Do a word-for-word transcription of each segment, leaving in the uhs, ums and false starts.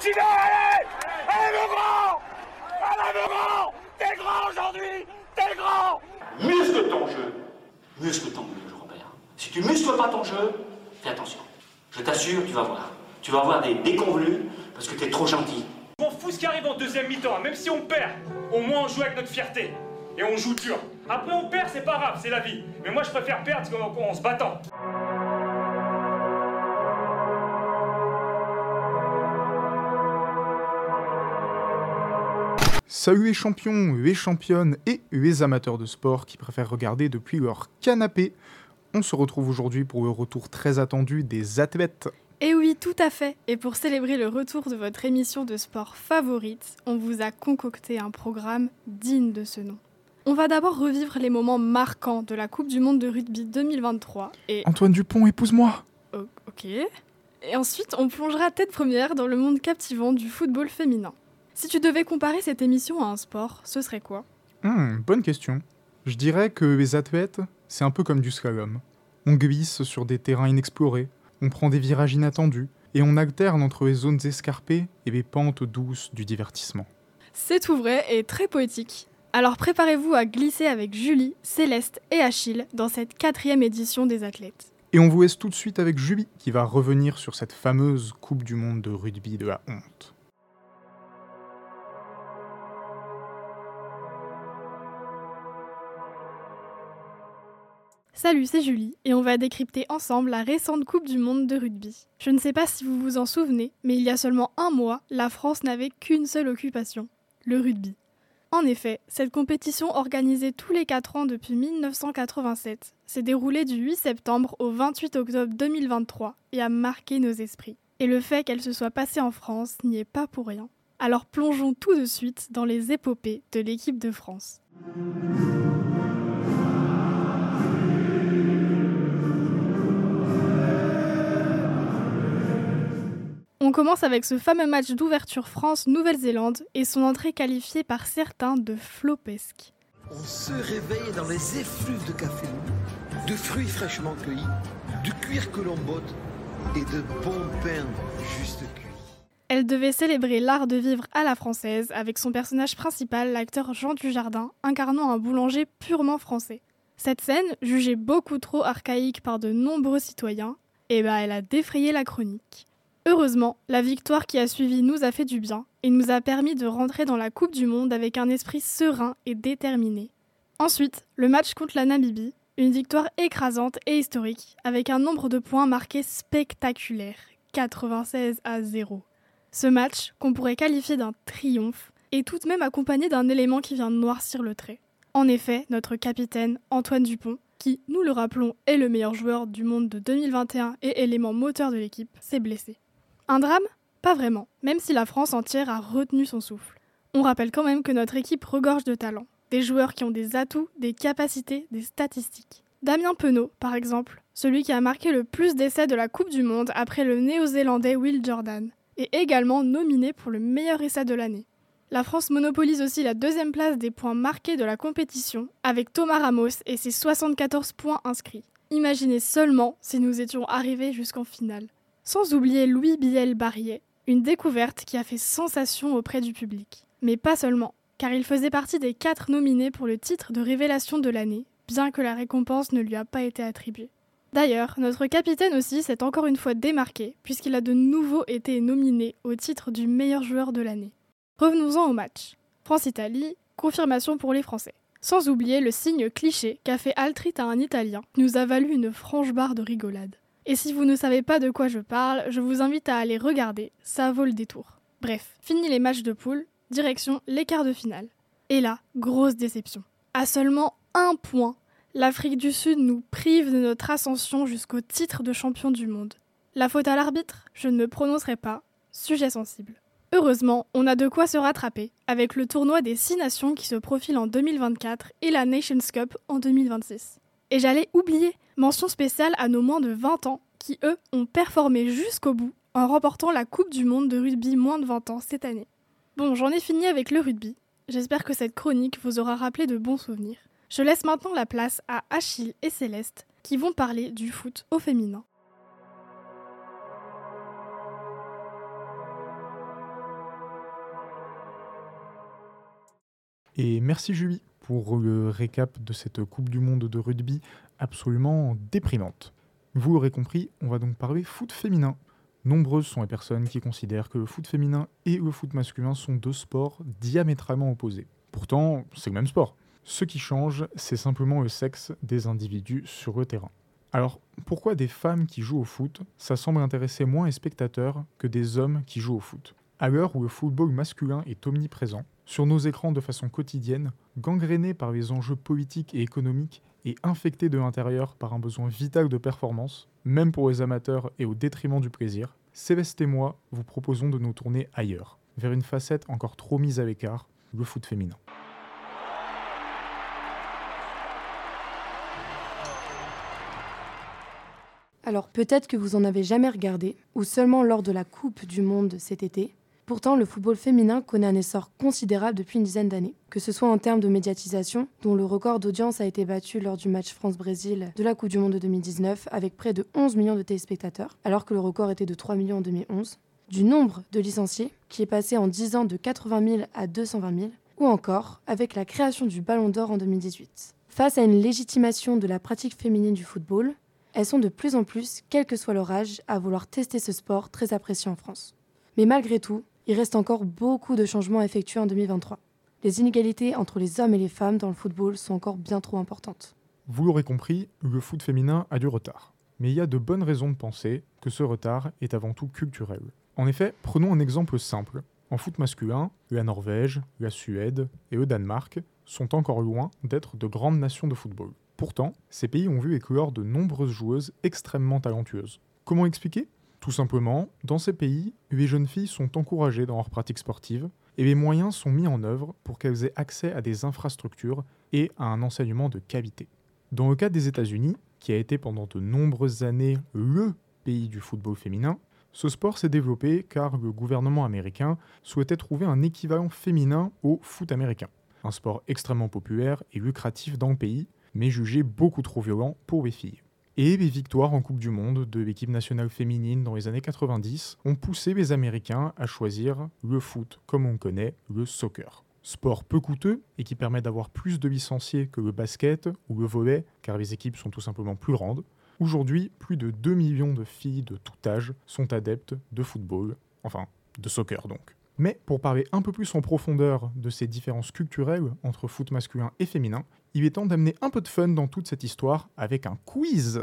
Continue, allez. Allez mon grand. Allez mon grand. T'es grand aujourd'hui. T'es grand. Muscle ton jeu. Muscle ton jeu, Robert. Si tu muscles pas ton jeu, fais attention. Je t'assure, tu vas voir. Tu vas avoir des déconvenus parce que t'es trop gentil. On fout ce qui arrive en deuxième mi-temps, même si on perd, au moins on joue avec notre fierté. Et on joue dur. Après on perd, c'est pas grave, c'est la vie. Mais moi je préfère perdre en, en se battant. Salut les champions, les championnes et les amateurs de sport qui préfèrent regarder depuis leur canapé. On se retrouve aujourd'hui pour le retour très attendu des athlètes. Et oui, tout à fait. Et pour célébrer le retour de votre émission de sport favorite, on vous a concocté un programme digne de ce nom. On va d'abord revivre les moments marquants de la Coupe du Monde de rugby deux mille vingt-trois et... Antoine Dupont, épouse-moi. Oh, ok. Et ensuite, on plongera tête première dans le monde captivant du football féminin. Si tu devais comparer cette émission à un sport, ce serait quoi ? Hmm, bonne question. Je dirais que les athlètes, c'est un peu comme du slalom. On glisse sur des terrains inexplorés, on prend des virages inattendus, et on alterne entre les zones escarpées et les pentes douces du divertissement. C'est tout vrai et très poétique. Alors préparez-vous à glisser avec Julie, Céleste et Achille dans cette quatrième édition des athlètes. Et on vous laisse tout de suite avec Julie, qui va revenir sur cette fameuse Coupe du Monde de rugby de la honte. Salut, c'est Julie, et on va décrypter ensemble la récente Coupe du Monde de rugby. Je ne sais pas si vous vous en souvenez, mais il y a seulement un mois, la France n'avait qu'une seule occupation, le rugby. En effet, cette compétition organisée tous les quatre ans depuis dix-neuf cent quatre-vingt-sept s'est déroulée du huit septembre au vingt-huit octobre deux mille vingt-trois et a marqué nos esprits. Et le fait qu'elle se soit passée en France n'y est pas pour rien. Alors plongeons tout de suite dans les épopées de l'équipe de France. On commence avec ce fameux match d'ouverture France-Nouvelle-Zélande et son entrée qualifiée par certains de flopesque. On se réveille dans les effluves de café mou, de fruits fraîchement cueillis, de cuir que l'on botte et de bon pain juste cuit. Elle devait célébrer l'art de vivre à la française avec son personnage principal, l'acteur Jean Dujardin, incarnant un boulanger purement français. Cette scène, jugée beaucoup trop archaïque par de nombreux citoyens, eh ben elle a défrayé la chronique. Heureusement, la victoire qui a suivi nous a fait du bien et nous a permis de rentrer dans la Coupe du Monde avec un esprit serein et déterminé. Ensuite, le match contre la Namibie, une victoire écrasante et historique avec un nombre de points marqués spectaculaire, quatre-vingt-seize à zéro. Ce match, qu'on pourrait qualifier d'un triomphe, est tout de même accompagné d'un élément qui vient noircir le trait. En effet, notre capitaine, Antoine Dupont, qui, nous le rappelons, est le meilleur joueur du monde de deux mille vingt et un et élément moteur de l'équipe, s'est blessé. Un drame ? Pas vraiment, même si la France entière a retenu son souffle. On rappelle quand même que notre équipe regorge de talents, des joueurs qui ont des atouts, des capacités, des statistiques. Damien Penaud, par exemple, celui qui a marqué le plus d'essais de la Coupe du Monde après le néo-zélandais Will Jordan, est également nominé pour le meilleur essai de l'année. La France monopolise aussi la deuxième place des points marqués de la compétition, avec Thomas Ramos et ses soixante-quatorze points inscrits. Imaginez seulement si nous étions arrivés jusqu'en finale. Sans oublier Louis Biel-Barrier, une découverte qui a fait sensation auprès du public. Mais pas seulement, car il faisait partie des quatre nominés pour le titre de révélation de l'année, bien que la récompense ne lui a pas été attribuée. D'ailleurs, notre capitaine aussi s'est encore une fois démarqué, puisqu'il a de nouveau été nominé au titre du meilleur joueur de l'année. Revenons-en au match. France-Italie, confirmation pour les Français. Sans oublier le signe cliché qu'a fait Altrit à un Italien, qui nous a valu une franche barre de rigolade. Et si vous ne savez pas de quoi je parle, je vous invite à aller regarder, ça vaut le détour. Bref, fini les matchs de poule, direction les quarts de finale. Et là, grosse déception. À seulement un point, l'Afrique du Sud nous prive de notre ascension jusqu'au titre de champion du monde. La faute à l'arbitre ? Je ne me prononcerai pas, sujet sensible. Heureusement, on a de quoi se rattraper, avec le tournoi des six nations qui se profile en deux mille vingt-quatre et la Nations Cup en deux mille vingt-six. Et j'allais oublier, mention spéciale à nos moins de vingt ans, qui eux ont performé jusqu'au bout en remportant la Coupe du Monde de rugby moins de vingt ans cette année. Bon, j'en ai fini avec le rugby. J'espère que cette chronique vous aura rappelé de bons souvenirs. Je laisse maintenant la place à Achille et Céleste, qui vont parler du foot au féminin. Et merci Julie pour le récap de cette Coupe du Monde de rugby absolument déprimante. Vous l'aurez compris, on va donc parler foot féminin. Nombreuses sont les personnes qui considèrent que le foot féminin et le foot masculin sont deux sports diamétralement opposés. Pourtant, c'est le même sport. Ce qui change, c'est simplement le sexe des individus sur le terrain. Alors, pourquoi des femmes qui jouent au foot, ça semble intéresser moins les spectateurs que des hommes qui jouent au foot ? À l'heure où le football masculin est omniprésent, sur nos écrans de façon quotidienne, gangréné par les enjeux politiques et économiques et infecté de l'intérieur par un besoin vital de performance, même pour les amateurs et au détriment du plaisir, Céleste et moi vous proposons de nous tourner ailleurs, vers une facette encore trop mise à l'écart, le foot féminin. Alors peut-être que vous en avez jamais regardé, ou seulement lors de la Coupe du Monde cet été. Pourtant, le football féminin connaît un essor considérable depuis une dizaine d'années. Que ce soit en termes de médiatisation, dont le record d'audience a été battu lors du match France-Brésil de la Coupe du Monde de deux mille dix-neuf, avec près de onze millions de téléspectateurs, alors que le record était de trois millions en deux mille onze. Du nombre de licenciés, qui est passé en dix ans de quatre-vingt mille à deux cent vingt mille, ou encore avec la création du Ballon d'Or en deux mille dix-huit. Face à une légitimation de la pratique féminine du football, elles sont de plus en plus, quel que soit leur âge, à vouloir tester ce sport très apprécié en France. Mais malgré tout, il reste encore beaucoup de changements à effectuer en deux mille vingt-trois. Les inégalités entre les hommes et les femmes dans le football sont encore bien trop importantes. Vous l'aurez compris, le foot féminin a du retard. Mais il y a de bonnes raisons de penser que ce retard est avant tout culturel. En effet, prenons un exemple simple. En foot masculin, la Norvège, la Suède et le Danemark sont encore loin d'être de grandes nations de football. Pourtant, ces pays ont vu éclore de nombreuses joueuses extrêmement talentueuses. Comment expliquer ? Tout simplement, dans ces pays, les jeunes filles sont encouragées dans leur pratique sportive et les moyens sont mis en œuvre pour qu'elles aient accès à des infrastructures et à un enseignement de qualité. Dans le cas des États-Unis, qui a été pendant de nombreuses années le pays du football féminin, ce sport s'est développé car le gouvernement américain souhaitait trouver un équivalent féminin au foot américain. Un sport extrêmement populaire et lucratif dans le pays, mais jugé beaucoup trop violent pour les filles. Et les victoires en Coupe du Monde de l'équipe nationale féminine dans les années quatre-vingt-dix ont poussé les Américains à choisir le foot comme on le connaît, le soccer. Sport peu coûteux et qui permet d'avoir plus de licenciés que le basket ou le volley, car les équipes sont tout simplement plus grandes. Aujourd'hui, plus de deux millions de filles de tout âge sont adeptes de football, enfin de soccer donc. Mais pour parler un peu plus en profondeur de ces différences culturelles entre foot masculin et féminin, il est temps d'amener un peu de fun dans toute cette histoire avec un quiz.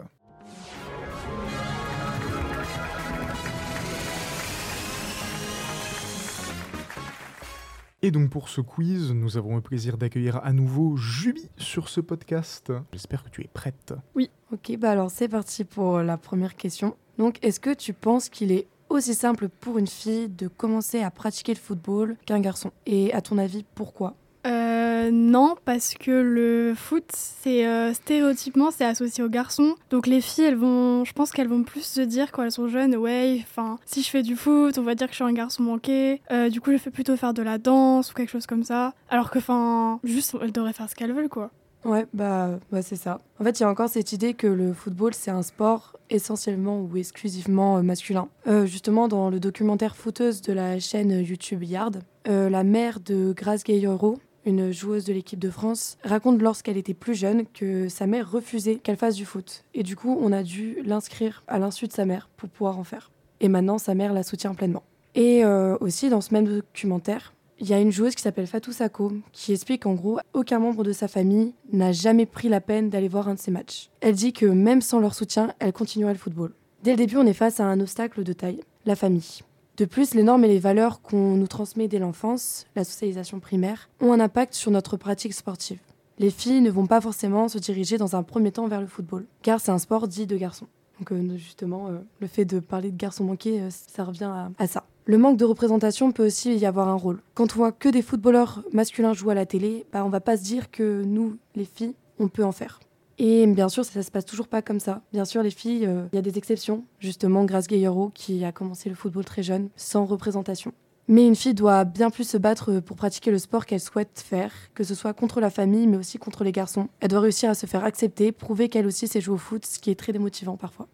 Et donc pour ce quiz, nous avons le plaisir d'accueillir à nouveau Julie sur ce podcast. J'espère que tu es prête. Oui. Ok, bah alors c'est parti pour la première question. Donc, est-ce que tu penses qu'il est aussi simple pour une fille de commencer à pratiquer le football qu'un garçon ? Et à ton avis, pourquoi ? Euh, non, parce que le foot, c'est euh, stéréotypement, c'est associé aux garçons. Donc les filles, elles vont, je pense qu'elles vont plus se dire quand elles sont jeunes, ouais, enfin, si je fais du foot, on va dire que je suis un garçon manqué. Euh, du coup, je vais plutôt faire de la danse ou quelque chose comme ça. Alors que, enfin, juste, elles devraient faire ce qu'elles veulent, quoi. Ouais, bah, bah c'est ça. En fait, il y a encore cette idée que le football, c'est un sport essentiellement ou exclusivement euh, masculin. Euh, justement, dans le documentaire Footeuse de la chaîne YouTube Yard, euh, la mère de Grace Gayoro, une joueuse de l'équipe de France, raconte lorsqu'elle était plus jeune que sa mère refusait qu'elle fasse du foot. Et du coup, on a dû l'inscrire à l'insu de sa mère pour pouvoir en faire. Et maintenant, sa mère la soutient pleinement. Et euh, aussi, dans ce même documentaire, il y a une joueuse qui s'appelle Fatou Sakho qui explique qu'en gros, aucun membre de sa famille n'a jamais pris la peine d'aller voir un de ses matchs. Elle dit que même sans leur soutien, elle continuerait le football. Dès le début, on est face à un obstacle de taille, la famille. De plus, les normes et les valeurs qu'on nous transmet dès l'enfance, la socialisation primaire, ont un impact sur notre pratique sportive. Les filles ne vont pas forcément se diriger dans un premier temps vers le football, car c'est un sport dit de garçons. Donc euh, justement, euh, le fait de parler de garçons manqués, euh, ça revient à, à ça. Le manque de représentation peut aussi y avoir un rôle. Quand on voit que des footballeurs masculins jouer à la télé, bah, on va pas se dire que nous, les filles, on peut en faire. Et bien sûr, ça, ça se passe toujours pas comme ça. Bien sûr, les filles, il euh, y a des exceptions. Justement, Grace Gayoro, qui a commencé le football très jeune, sans représentation. Mais une fille doit bien plus se battre pour pratiquer le sport qu'elle souhaite faire, que ce soit contre la famille, mais aussi contre les garçons. Elle doit réussir à se faire accepter, prouver qu'elle aussi sait jouer au foot, ce qui est très démotivant parfois.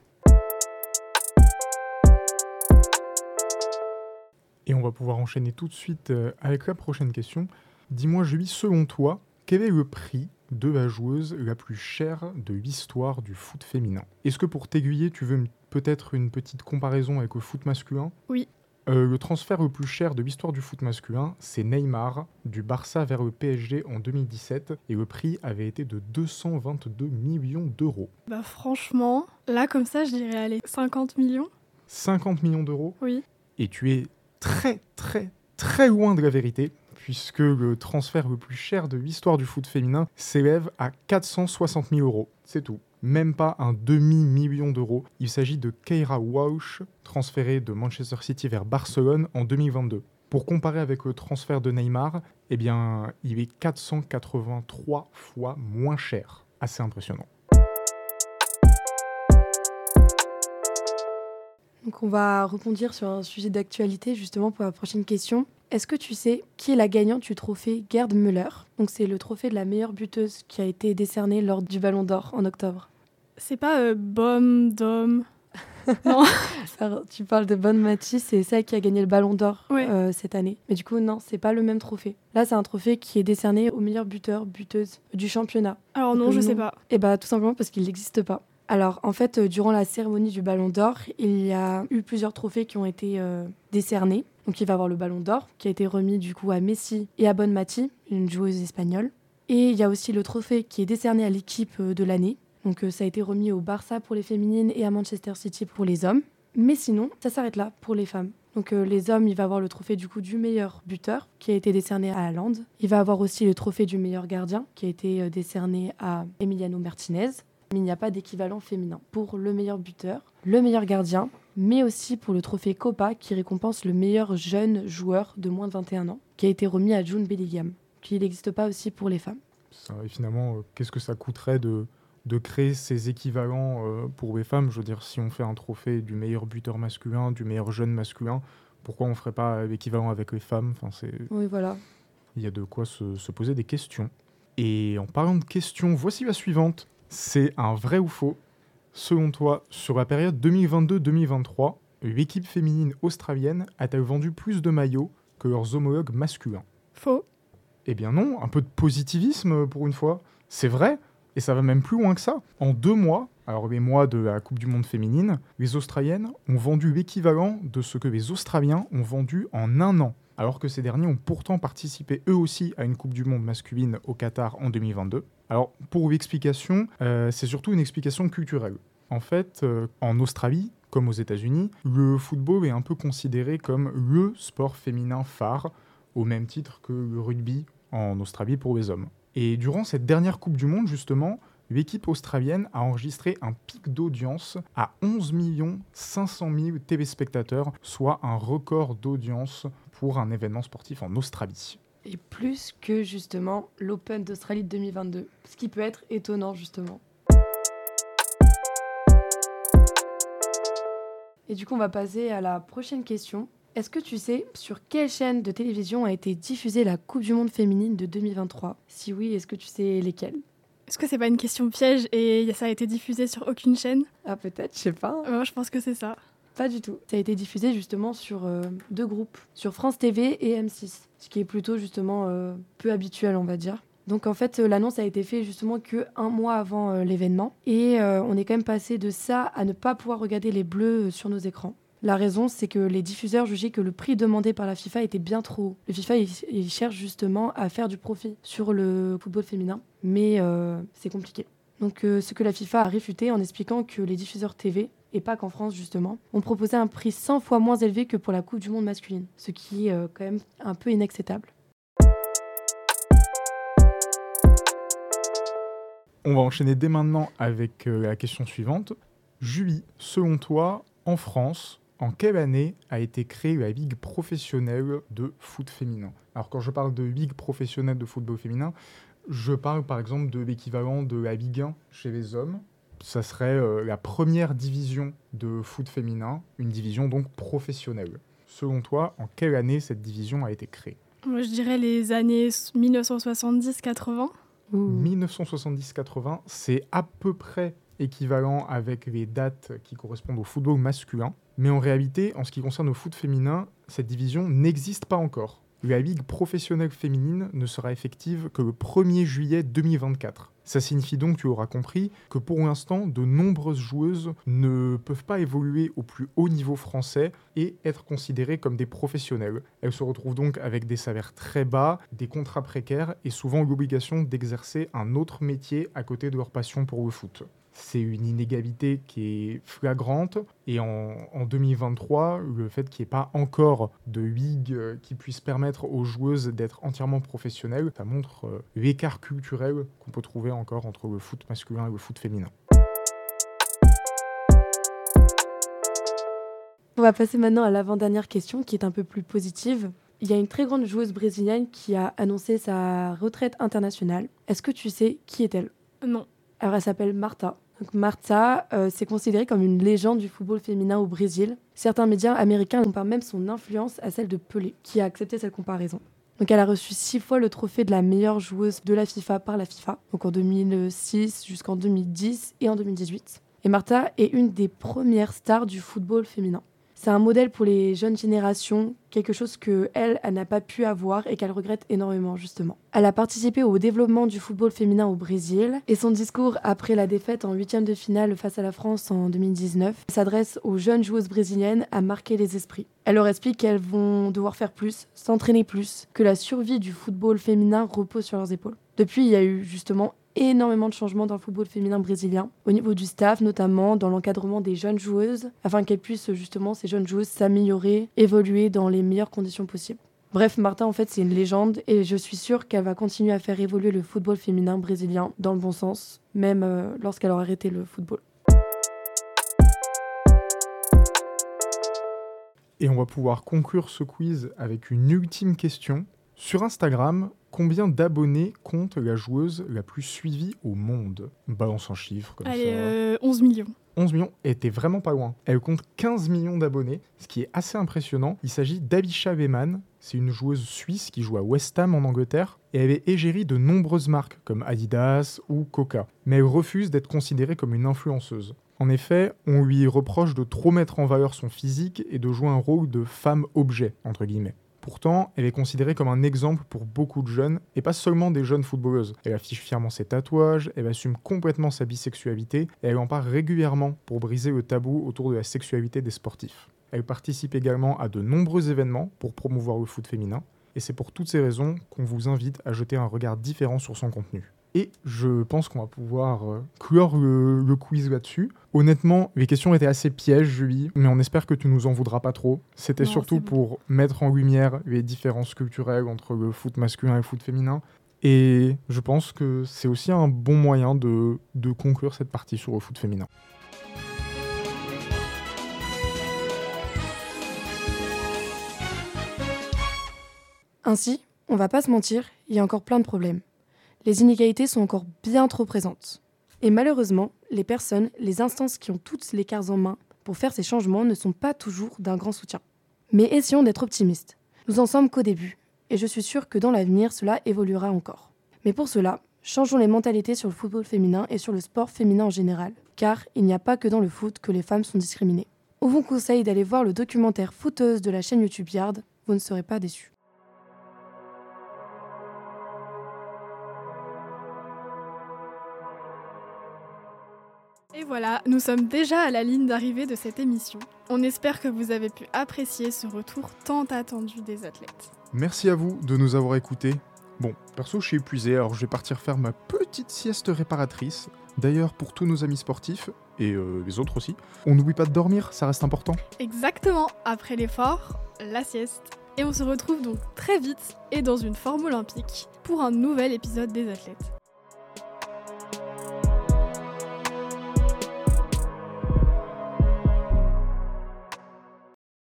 Et on va pouvoir enchaîner tout de suite avec la prochaine question. Dis-moi, Julie, selon toi, quel est le prix de la joueuse la plus chère de l'histoire du foot féminin? Est-ce que pour t'aiguiller, tu veux m- peut-être une petite comparaison avec le foot masculin? Oui. Euh, le transfert le plus cher de l'histoire du foot masculin, c'est Neymar, du Barça vers le P S G en deux mille dix-sept, et le prix avait été de deux cent vingt-deux millions d'euros. Bah franchement, là comme ça, je dirais allez, cinquante millions. cinquante millions d'euros? Oui. Et tu es très très très loin de la vérité, puisque le transfert le plus cher de l'histoire du foot féminin s'élève à quatre cent soixante mille euros. C'est tout. Même pas un demi-million d'euros. Il s'agit de Keira Walsh, transférée de Manchester City vers Barcelone en deux mille vingt-deux. Pour comparer avec le transfert de Neymar, eh bien, il est quatre cent quatre-vingt-trois fois moins cher. Assez impressionnant. Donc on va rebondir sur un sujet d'actualité justement pour la prochaine question. Est-ce que tu sais qui est la gagnante du trophée Gerd Müller? Donc c'est le trophée de la meilleure buteuse qui a été décerné lors du Ballon d'Or en octobre. C'est pas euh, Bom, Dom. Non. Alors, tu parles de Bonne Matisse, c'est celle qui a gagné le Ballon d'Or Ouais. euh, cette année. Mais du coup non, c'est pas le même trophée. Là c'est un trophée qui est décerné au meilleur buteur, buteuse du championnat. Alors non, Donc, je non. sais pas. Et bah tout simplement parce qu'il n'existe pas. Alors en fait, euh, durant la cérémonie du Ballon d'Or, il y a eu plusieurs trophées qui ont été euh, décernés. Donc il va y avoir le Ballon d'Or qui a été remis du coup à Messi et à Bonmati, une joueuse espagnole. Et il y a aussi le trophée qui est décerné à l'équipe euh, de l'année. Donc euh, ça a été remis au Barça pour les féminines et à Manchester City pour les hommes. Mais sinon, ça s'arrête là pour les femmes. Donc euh, les hommes, il va avoir le trophée du coup du meilleur buteur qui a été décerné à Haaland. Il va avoir aussi le trophée du meilleur gardien qui a été euh, décerné à Emiliano Martinez. Mais il n'y a pas d'équivalent féminin pour le meilleur buteur, le meilleur gardien, mais aussi pour le trophée Copa qui récompense le meilleur jeune joueur de moins de vingt et un ans, qui a été remis à June Bellingham, qui n'existe pas aussi pour les femmes. Ça, et finalement, euh, qu'est-ce que ça coûterait de, de créer ces équivalents euh, pour les femmes? Je veux dire, si on fait un trophée du meilleur buteur masculin, du meilleur jeune masculin, pourquoi on ne ferait pas l'équivalent avec les femmes? Enfin, c'est... Oui, voilà. Il y a de quoi se, se poser des questions. Et en parlant de questions, voici la suivante. C'est un vrai ou faux? Selon toi, sur la période deux mille vingt-deux deux mille vingt-trois, l'équipe féminine australienne a-t-elle vendu plus de maillots que leurs homologues masculins? Faux. Eh bien non, un peu de positivisme pour une fois. C'est vrai, et ça va même plus loin que ça. En deux mois, alors les mois de la Coupe du Monde féminine, les Australiennes ont vendu l'équivalent de ce que les Australiens ont vendu en un an. Alors que ces derniers ont pourtant participé eux aussi à une Coupe du Monde masculine au Qatar en deux mille vingt-deux. Alors, pour l'explication, euh, c'est surtout une explication culturelle. En fait, euh, en Australie, comme aux États-Unis, le football est un peu considéré comme le sport féminin phare, au même titre que le rugby en Australie pour les hommes. Et durant cette dernière Coupe du Monde, justement, l'équipe australienne a enregistré un pic d'audience à onze millions cinq cent mille téléspectateurs, soit un record d'audience pour un événement sportif en Australie. Et plus que justement l'Open d'Australie de deux mille vingt-deux, ce qui peut être étonnant justement. Et du coup, on va passer à la prochaine question. Est-ce que tu sais sur quelle chaîne de télévision a été diffusée la Coupe du Monde féminine de deux mille vingt-trois? Si oui, est-ce que tu sais lesquelles? Est-ce que c'est pas une question piège et ça a été diffusé sur aucune chaîne? Ah peut-être, je sais pas. Moi, je pense que c'est ça. Pas du tout. Ça a été diffusé justement sur euh, deux groupes, sur France T V et M six, ce qui est plutôt justement euh, peu habituel, on va dire. Donc en fait, euh, l'annonce a été faite justement que un mois avant euh, l'événement, et euh, on est quand même passé de ça à ne pas pouvoir regarder les bleus euh, sur nos écrans. La raison, c'est que les diffuseurs jugeaient que le prix demandé par la FIFA était bien trop haut. Le FIFA, il, il cherche justement à faire du profit sur le football féminin, mais euh, c'est compliqué. Donc euh, ce que la FIFA a réfuté en expliquant que les diffuseurs T V, et pas qu'en France justement, ont proposé un prix cent fois moins élevé que pour la Coupe du Monde masculine, ce qui est euh, quand même un peu inacceptable. On va enchaîner dès maintenant avec euh, la question suivante. Julie, selon toi, en France, en quelle année a été créée la Ligue professionnelle de foot féminin? Alors quand je parle de Ligue professionnelle de football féminin, je parle par exemple de l'équivalent de la Ligue un chez les hommes. Ça serait euh, la première division de foot féminin, une division donc professionnelle. Selon toi, en quelle année cette division a été créée? Moi, je dirais les années dix-neuf cent soixante-dix quatre-vingts. dix-neuf cent soixante-dix quatre-vingts, c'est à peu près équivalent avec les dates qui correspondent au football masculin. Mais en réalité, en ce qui concerne le foot féminin, cette division n'existe pas encore. la Ligue professionnelle féminine ne sera effective que le premier juillet deux mille vingt-quatre. Ça signifie donc, tu auras compris, que pour l'instant, de nombreuses joueuses ne peuvent pas évoluer au plus haut niveau français et être considérées comme des professionnelles. Elles se retrouvent donc avec des salaires très bas, des contrats précaires et souvent l'obligation d'exercer un autre métier à côté de leur passion pour le foot. C'est une inégalité qui est flagrante et en, en deux mille vingt-trois, le fait qu'il n'y ait pas encore de ligue qui puisse permettre aux joueuses d'être entièrement professionnelles, ça montre euh, l'écart culturel qu'on peut trouver encore entre le foot masculin et le foot féminin. On va passer maintenant à l'avant-dernière question qui est un peu plus positive. Il y a une très grande joueuse brésilienne qui a annoncé sa retraite internationale. Est-ce que tu sais qui est-elle ? Non. Alors, elle s'appelle Marta. Donc, Marta, euh, c'est considérée comme une légende du football féminin au Brésil. Certains médias américains comparent même son influence à celle de Pelé, qui a accepté cette comparaison. Donc, elle a reçu six fois le trophée de la meilleure joueuse de la FIFA par la FIFA, donc en deux mille six jusqu'en deux mille dix et en deux mille dix-huit. Et Marta est une des premières stars du football féminin. C'est un modèle pour les jeunes générations, quelque chose qu'elle, elle n'a pas pu avoir et qu'elle regrette énormément, justement. Elle a participé au développement du football féminin au Brésil et son discours après la défaite en huitième de finale face à la France en deux mille dix-neuf s'adresse aux jeunes joueuses brésiliennes à marquer les esprits. Elle leur explique qu'elles vont devoir faire plus, s'entraîner plus, que la survie du football féminin repose sur leurs épaules. Depuis, il y a eu justement énormément de changements dans le football féminin brésilien, au niveau du staff, notamment dans l'encadrement des jeunes joueuses, afin qu'elles puissent justement, ces jeunes joueuses, s'améliorer, évoluer dans les meilleures conditions possibles. Bref, Marta, en fait, c'est une légende et je suis sûre qu'elle va continuer à faire évoluer le football féminin brésilien dans le bon sens, même euh, lorsqu'elle aura arrêté le football. Et on va pouvoir conclure ce quiz avec une ultime question. Sur Instagram, combien d'abonnés compte la joueuse la plus suivie au monde ? Balance un chiffre comme Allez, ça. euh, onze millions. onze millions, et t'es vraiment pas loin. Elle compte quinze millions d'abonnés, ce qui est assez impressionnant. Il s'agit d'Alisha Lehmann. C'est une joueuse suisse qui joue à West Ham en Angleterre et elle est égérie de nombreuses marques comme Adidas ou Coca. Mais elle refuse d'être considérée comme une influenceuse. En effet, on lui reproche de trop mettre en valeur son physique et de jouer un rôle de femme-objet, entre guillemets. Pourtant, elle est considérée comme un exemple pour beaucoup de jeunes, et pas seulement des jeunes footballeuses. Elle affiche fièrement ses tatouages, elle assume complètement sa bisexualité, et elle en parle régulièrement pour briser le tabou autour de la sexualité des sportifs. Elle participe également à de nombreux événements pour promouvoir le foot féminin, et c'est pour toutes ces raisons qu'on vous invite à jeter un regard différent sur son contenu. Et je pense qu'on va pouvoir euh, clore le, le quiz là-dessus. Honnêtement, les questions étaient assez pièges, Julie, mais on espère que tu nous en voudras pas trop. C'était Non, surtout c'est bon. pour mettre en lumière les différences culturelles entre le foot masculin et le foot féminin. Et je pense que c'est aussi un bon moyen de, de conclure cette partie sur le foot féminin. Ainsi, on va pas se mentir, il y a encore plein de problèmes. Les inégalités sont encore bien trop présentes. Et malheureusement, les personnes, les instances qui ont toutes les cartes en main pour faire ces changements ne sont pas toujours d'un grand soutien. Mais essayons d'être optimistes. Nous en sommes qu'au début, et je suis sûre que dans l'avenir, cela évoluera encore. Mais pour cela, changeons les mentalités sur le football féminin et sur le sport féminin en général, car il n'y a pas que dans le foot que les femmes sont discriminées. On vous conseille d'aller voir le documentaire Footeuse de la chaîne YouTube Yard, vous ne serez pas déçus. Et voilà, nous sommes déjà à la ligne d'arrivée de cette émission. On espère que vous avez pu apprécier ce retour tant attendu des athlètes. Merci à vous de nous avoir écoutés. Bon, perso, je suis épuisé, alors je vais partir faire ma petite sieste réparatrice. D'ailleurs, pour tous nos amis sportifs, et euh, les autres aussi, on n'oublie pas de dormir, ça reste important. Exactement, après l'effort, la sieste. Et on se retrouve donc très vite et dans une forme olympique pour un nouvel épisode des athlètes.